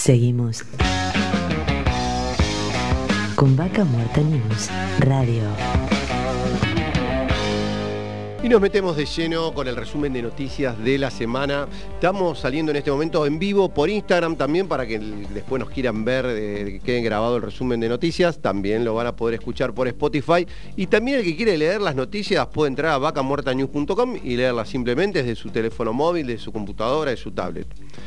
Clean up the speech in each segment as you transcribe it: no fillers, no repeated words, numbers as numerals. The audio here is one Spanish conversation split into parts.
Seguimos con Vaca Muerta News Radio. Y nos metemos de lleno con el resumen de noticias de la semana. Estamos saliendo en este momento en vivo por Instagram también, para que después nos quieran ver, que quede grabado el resumen de noticias. También lo van a poder escuchar por Spotify. Y también el que quiere leer las noticias puede entrar a vacamuertanews.com y leerlas simplemente desde su teléfono móvil, de su computadora, de su tablet.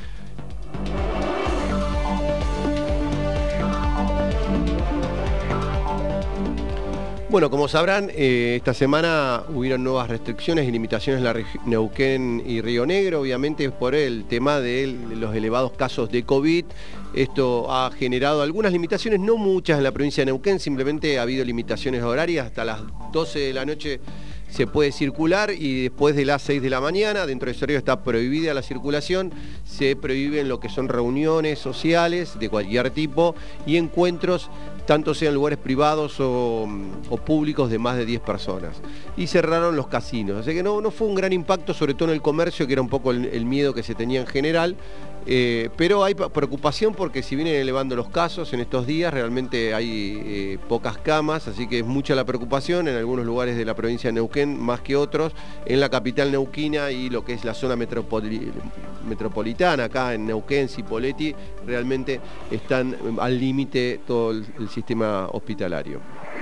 Bueno, como sabrán, esta semana hubieron nuevas restricciones y limitaciones en la región Neuquén y Río Negro, obviamente por el tema de los elevados casos de COVID. Esto ha generado algunas limitaciones, no muchas en la provincia de Neuquén, simplemente ha habido limitaciones horarias. Hasta las 12 de la noche se puede circular y después de las 6 de la mañana, dentro de ese horario está prohibida la circulación, se prohíben lo que son reuniones sociales de cualquier tipo y encuentros, tanto sean lugares privados o públicos de más de 10 personas. Y cerraron los casinos, así que no fue un gran impacto, sobre todo en el comercio, que era un poco el miedo que se tenía en general. Pero hay preocupación porque si vienen elevando los casos en estos días, realmente hay pocas camas, así que es mucha la preocupación en algunos lugares de la provincia de Neuquén, más que otros, en la capital neuquina y lo que es la zona metropolitana, acá en Neuquén, Cipolletti, realmente están al límite todo el sistema hospitalario.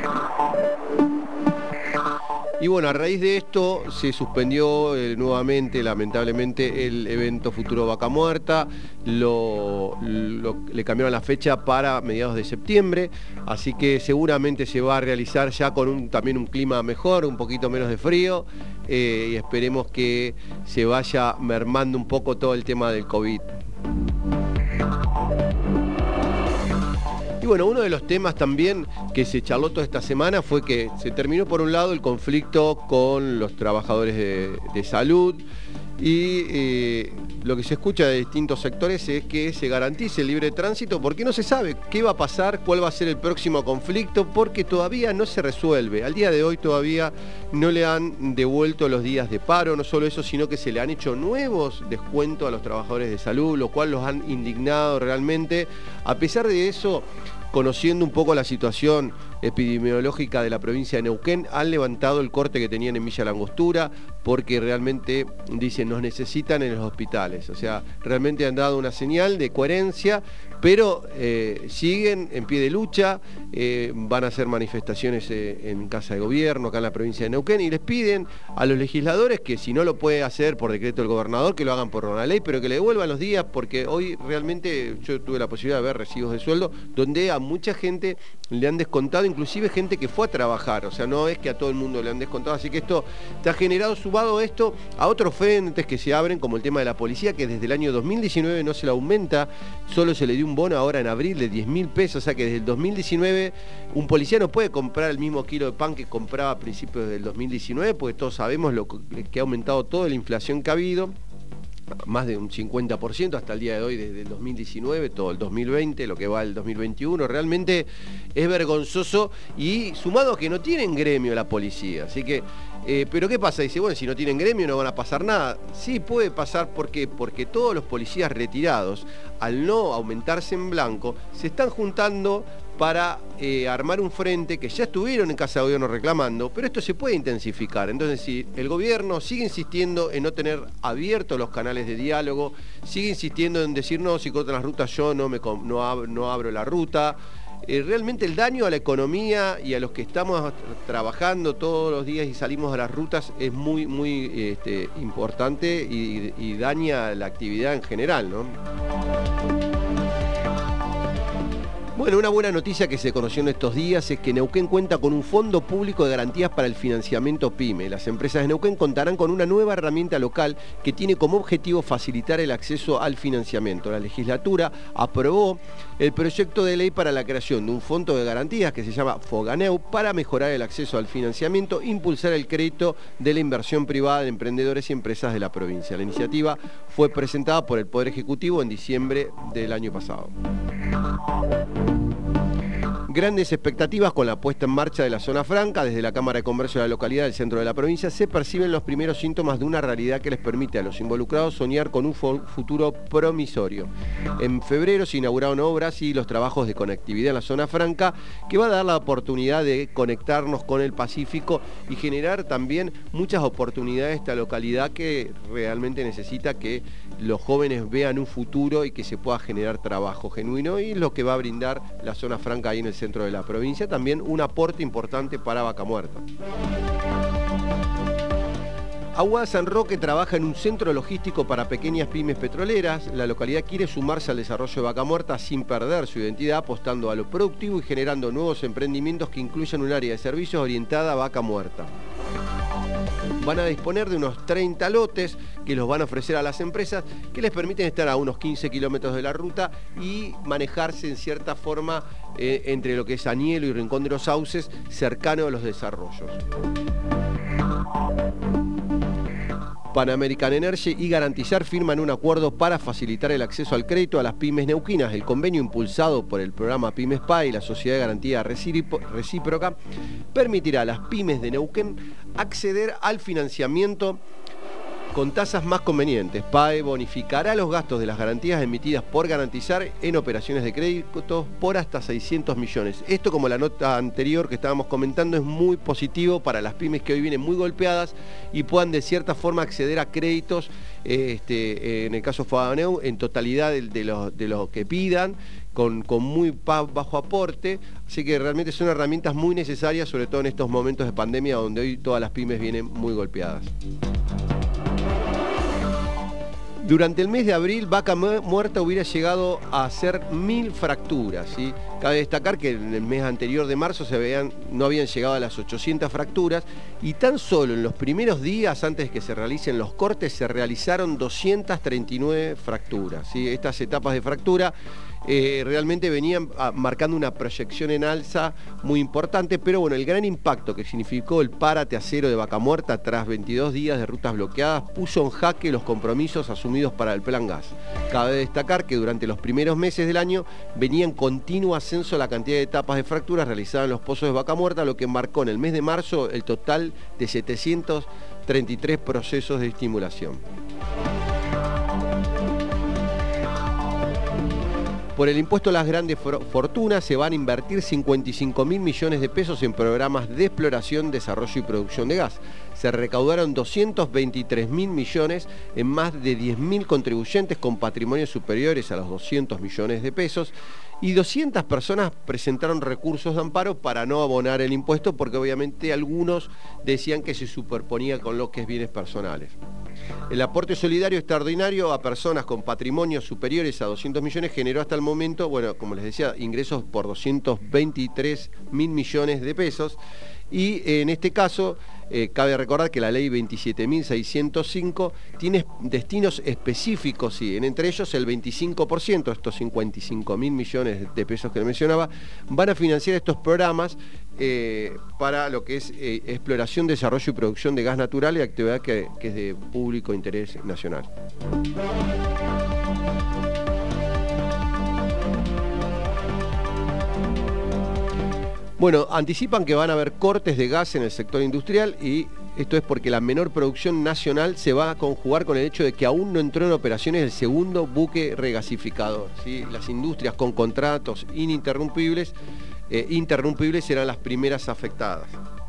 Y bueno, a raíz de esto se suspendió nuevamente, lamentablemente, el evento Futuro Vaca Muerta. Le cambiaron la fecha para mediados de septiembre, así que seguramente se va a realizar ya con también un clima mejor, un poquito menos de frío, y esperemos que se vaya mermando un poco todo el tema del COVID. Y bueno, uno de los temas también que se charló toda esta semana fue que se terminó por un lado el conflicto con los trabajadores de salud y lo que se escucha de distintos sectores es que se garantice el libre tránsito porque no se sabe qué va a pasar, cuál va a ser el próximo conflicto, porque todavía no se resuelve. Al día de hoy todavía no le han devuelto los días de paro, no solo eso, sino que se le han hecho nuevos descuentos a los trabajadores de salud, lo cual los han indignado realmente. A pesar de eso, conociendo un poco la situación epidemiológica de la provincia de Neuquén, han levantado el corte que tenían en Villa Langostura porque realmente, dicen, nos necesitan en los hospitales. O sea, realmente han dado una señal de coherencia, pero siguen en pie de lucha, van a hacer manifestaciones en Casa de Gobierno, acá en la provincia de Neuquén, y les piden a los legisladores que si no lo puede hacer por decreto del gobernador, que lo hagan por una ley, pero que le devuelvan los días, porque hoy realmente yo tuve la posibilidad de ver recibos de sueldo donde a mucha gente le han descontado, inclusive gente que fue a trabajar, o sea, no es que a todo el mundo le han descontado, así que esto está generado, sumado esto a otros frentes que se abren, como el tema de la policía, que desde el año 2019 no se le aumenta, solo se le dio un bono ahora en abril de 10.000 pesos, o sea que desde el 2019 un policía no puede comprar el mismo kilo de pan que compraba a principios del 2019, porque todos sabemos lo que ha aumentado toda la inflación que ha habido, más de un 50% hasta el día de hoy, desde el 2019, todo el 2020, lo que va el 2021, realmente es vergonzoso, y sumado a que no tienen gremio la policía, así que, pero ¿qué pasa? Dice, bueno, si no tienen gremio no van a pasar nada. Sí puede pasar, ¿por qué? Porque todos los policías retirados, al no aumentarse en blanco, se están juntando para armar un frente que ya estuvieron en Casa de Gobierno reclamando, pero esto se puede intensificar. Entonces, si el gobierno sigue insistiendo en no tener abiertos los canales de diálogo, sigue insistiendo en decir, no, si cortan las rutas yo no abro la ruta, realmente el daño a la economía y a los que estamos trabajando todos los días y salimos a las rutas es muy, muy importante y daña la actividad en general, ¿no? Bueno, una buena noticia que se conoció en estos días es que Neuquén cuenta con un fondo público de garantías para el financiamiento PYME. Las empresas de Neuquén contarán con una nueva herramienta local que tiene como objetivo facilitar el acceso al financiamiento. La legislatura aprobó el proyecto de ley para la creación de un fondo de garantías que se llama Foganeu para mejorar el acceso al financiamiento e impulsar el crédito de la inversión privada de emprendedores y empresas de la provincia. La iniciativa fue presentada por el Poder Ejecutivo en diciembre del año pasado. Grandes expectativas con la puesta en marcha de la zona franca. Desde la Cámara de Comercio de la localidad del centro de la provincia se perciben los primeros síntomas de una realidad que les permite a los involucrados soñar con un futuro promisorio. En febrero se inauguraron obras y los trabajos de conectividad en la zona franca, que va a dar la oportunidad de conectarnos con el Pacífico y generar también muchas oportunidades a esta localidad que realmente necesita que los jóvenes vean un futuro y que se pueda generar trabajo genuino, y es lo que va a brindar la zona franca ahí en el centro de la provincia. También un aporte importante para Vaca Muerta. Aguada San Roque trabaja en un centro logístico para pequeñas pymes petroleras. La localidad quiere sumarse al desarrollo de Vaca Muerta sin perder su identidad, apostando a lo productivo y generando nuevos emprendimientos que incluyan un área de servicios orientada a Vaca Muerta. Van a disponer de unos 30 lotes que los van a ofrecer a las empresas, que les permiten estar a unos 15 kilómetros de la ruta y manejarse en cierta forma entre lo que es Añelo y Rincón de los Sauces, cercano a los desarrollos. Pan American Energy y Garantizar firman un acuerdo para facilitar el acceso al crédito a las pymes neuquinas. El convenio impulsado por el programa PYMESPA y la Sociedad de Garantía Recíproca permitirá a las pymes de Neuquén acceder al financiamiento con tasas más convenientes. PAE bonificará los gastos de las garantías emitidas por Garantizar en operaciones de crédito por hasta 600 millones. Esto, como la nota anterior que estábamos comentando, es muy positivo para las pymes que hoy vienen muy golpeadas y puedan de cierta forma acceder a créditos, en el caso Fabaneu, en totalidad de lo que pidan, con muy bajo aporte. Así que realmente son herramientas muy necesarias, sobre todo en estos momentos de pandemia donde hoy todas las pymes vienen muy golpeadas. Durante el mes de abril, Vaca Muerta hubiera llegado a hacer 1000 fracturas, ¿sí? Cabe destacar que en el mes anterior de marzo no habían llegado a las 800 fracturas, y tan solo en los primeros días antes de que se realicen los cortes se realizaron 239 fracturas, ¿sí? Estas etapas de fractura realmente venían marcando una proyección en alza muy importante, pero bueno, el gran impacto que significó el párate a cero de Vaca Muerta tras 22 días de rutas bloqueadas puso en jaque los compromisos asumidos para el Plan Gas. Cabe destacar que durante los primeros meses del año venía en continuo ascenso la cantidad de etapas de fracturas realizadas en los pozos de Vaca Muerta, lo que marcó en el mes de marzo el total de 733 procesos de estimulación. Por el impuesto a las grandes fortunas se van a invertir 55.000 millones de pesos en programas de exploración, desarrollo y producción de gas. Se recaudaron 223.000 millones en más de 10.000 contribuyentes con patrimonios superiores a los 200 millones de pesos, y 200 personas presentaron recursos de amparo para no abonar el impuesto, porque obviamente algunos decían que se superponía con lo que es bienes personales. El aporte solidario extraordinario a personas con patrimonios superiores a 200 millones generó hasta el momento, bueno, como les decía, ingresos por 223.000 millones de pesos. Y en este caso, cabe recordar que la ley 27.605 tiene destinos específicos, sí, entre ellos el 25%, estos 55.000 millones de pesos que le mencionaba, van a financiar estos programas para lo que es exploración, desarrollo y producción de gas natural, y actividad que es de público interés nacional. Bueno, anticipan que van a haber cortes de gas en el sector industrial, y esto es porque la menor producción nacional se va a conjugar con el hecho de que aún no entró en operaciones el segundo buque regasificador, ¿sí? Las industrias con contratos ininterrumpibles serán las primeras afectadas.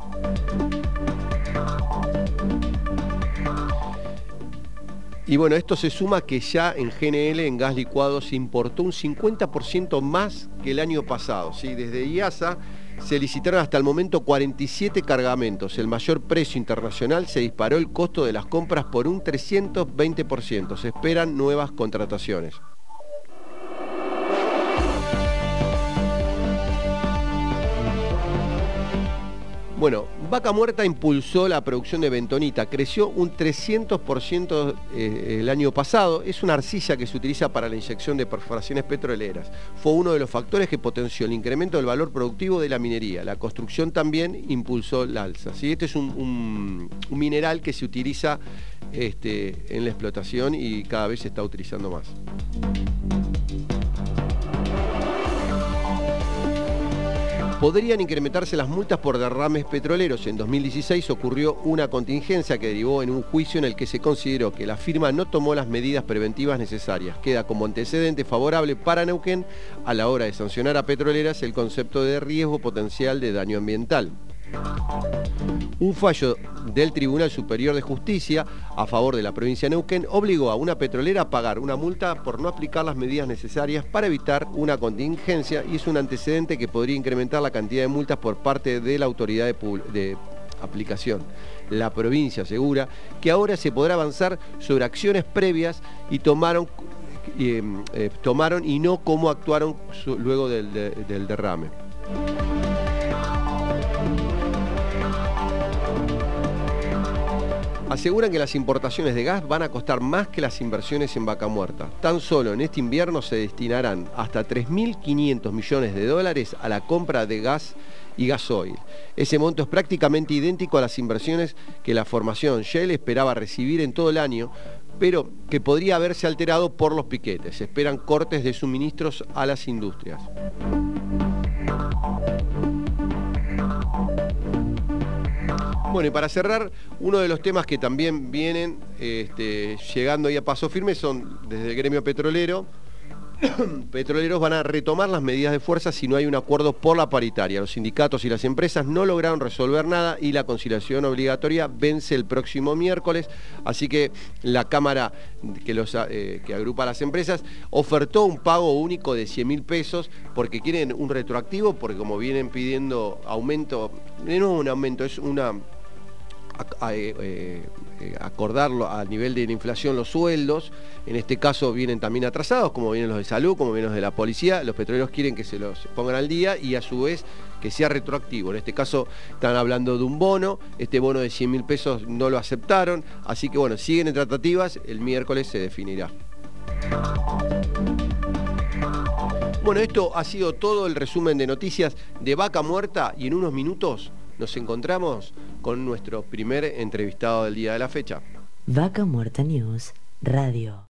Y bueno, esto se suma que ya en GNL, en gas licuado, se importó un 50% más que el año pasado, ¿sí? Desde IASA se licitaron hasta el momento 47 cargamentos. El mayor precio internacional, se disparó el costo de las compras por un 320%. Se esperan nuevas contrataciones. Bueno, Vaca Muerta impulsó la producción de bentonita, creció un 300% el año pasado. Es una arcilla que se utiliza para la inyección de perforaciones petroleras. Fue uno de los factores que potenció el incremento del valor productivo de la minería. La construcción también impulsó la alza, ¿sí? Este es un mineral que se utiliza en la explotación y cada vez se está utilizando más. Podrían incrementarse las multas por derrames petroleros. En 2016 ocurrió una contingencia que derivó en un juicio en el que se consideró que la firma no tomó las medidas preventivas necesarias. Queda como antecedente favorable para Neuquén a la hora de sancionar a petroleras el concepto de riesgo potencial de daño ambiental. Un fallo del Tribunal Superior de Justicia a favor de la provincia de Neuquén obligó a una petrolera a pagar una multa por no aplicar las medidas necesarias para evitar una contingencia y es un antecedente que podría incrementar la cantidad de multas por parte de la autoridad de aplicación. La provincia asegura que ahora se podrá avanzar sobre acciones previas y tomaron y no cómo actuaron luego del derrame. Aseguran que las importaciones de gas van a costar más que las inversiones en Vaca Muerta. Tan solo en este invierno se destinarán hasta 3.500 millones de dólares a la compra de gas y gasoil. Ese monto es prácticamente idéntico a las inversiones que la formación Shell esperaba recibir en todo el año, pero que podría haberse alterado por los piquetes. Se esperan cortes de suministros a las industrias. Bueno, y para cerrar, uno de los temas que también vienen llegando ahí a paso firme son desde el gremio petrolero. Petroleros van a retomar las medidas de fuerza si no hay un acuerdo por la paritaria. Los sindicatos y las empresas no lograron resolver nada y la conciliación obligatoria vence el próximo miércoles. Así que la Cámara que agrupa a las empresas ofertó un pago único de 100.000 pesos porque quieren un retroactivo, porque como vienen pidiendo aumento, no es un aumento, es una... acordarlo al nivel de la inflación los sueldos. En este caso vienen también atrasados, como vienen los de salud, como vienen los de la policía. Los petroleros quieren que se los pongan al día y a su vez que sea retroactivo. En este caso están hablando de un bono. Este bono de 100.000 pesos no lo aceptaron, así que bueno, siguen en tratativas. El miércoles se definirá. Bueno, esto ha sido todo el resumen de noticias de Vaca Muerta y en unos minutos nos encontramos con nuestro primer entrevistado del día de la fecha. Vaca Muerta News Radio.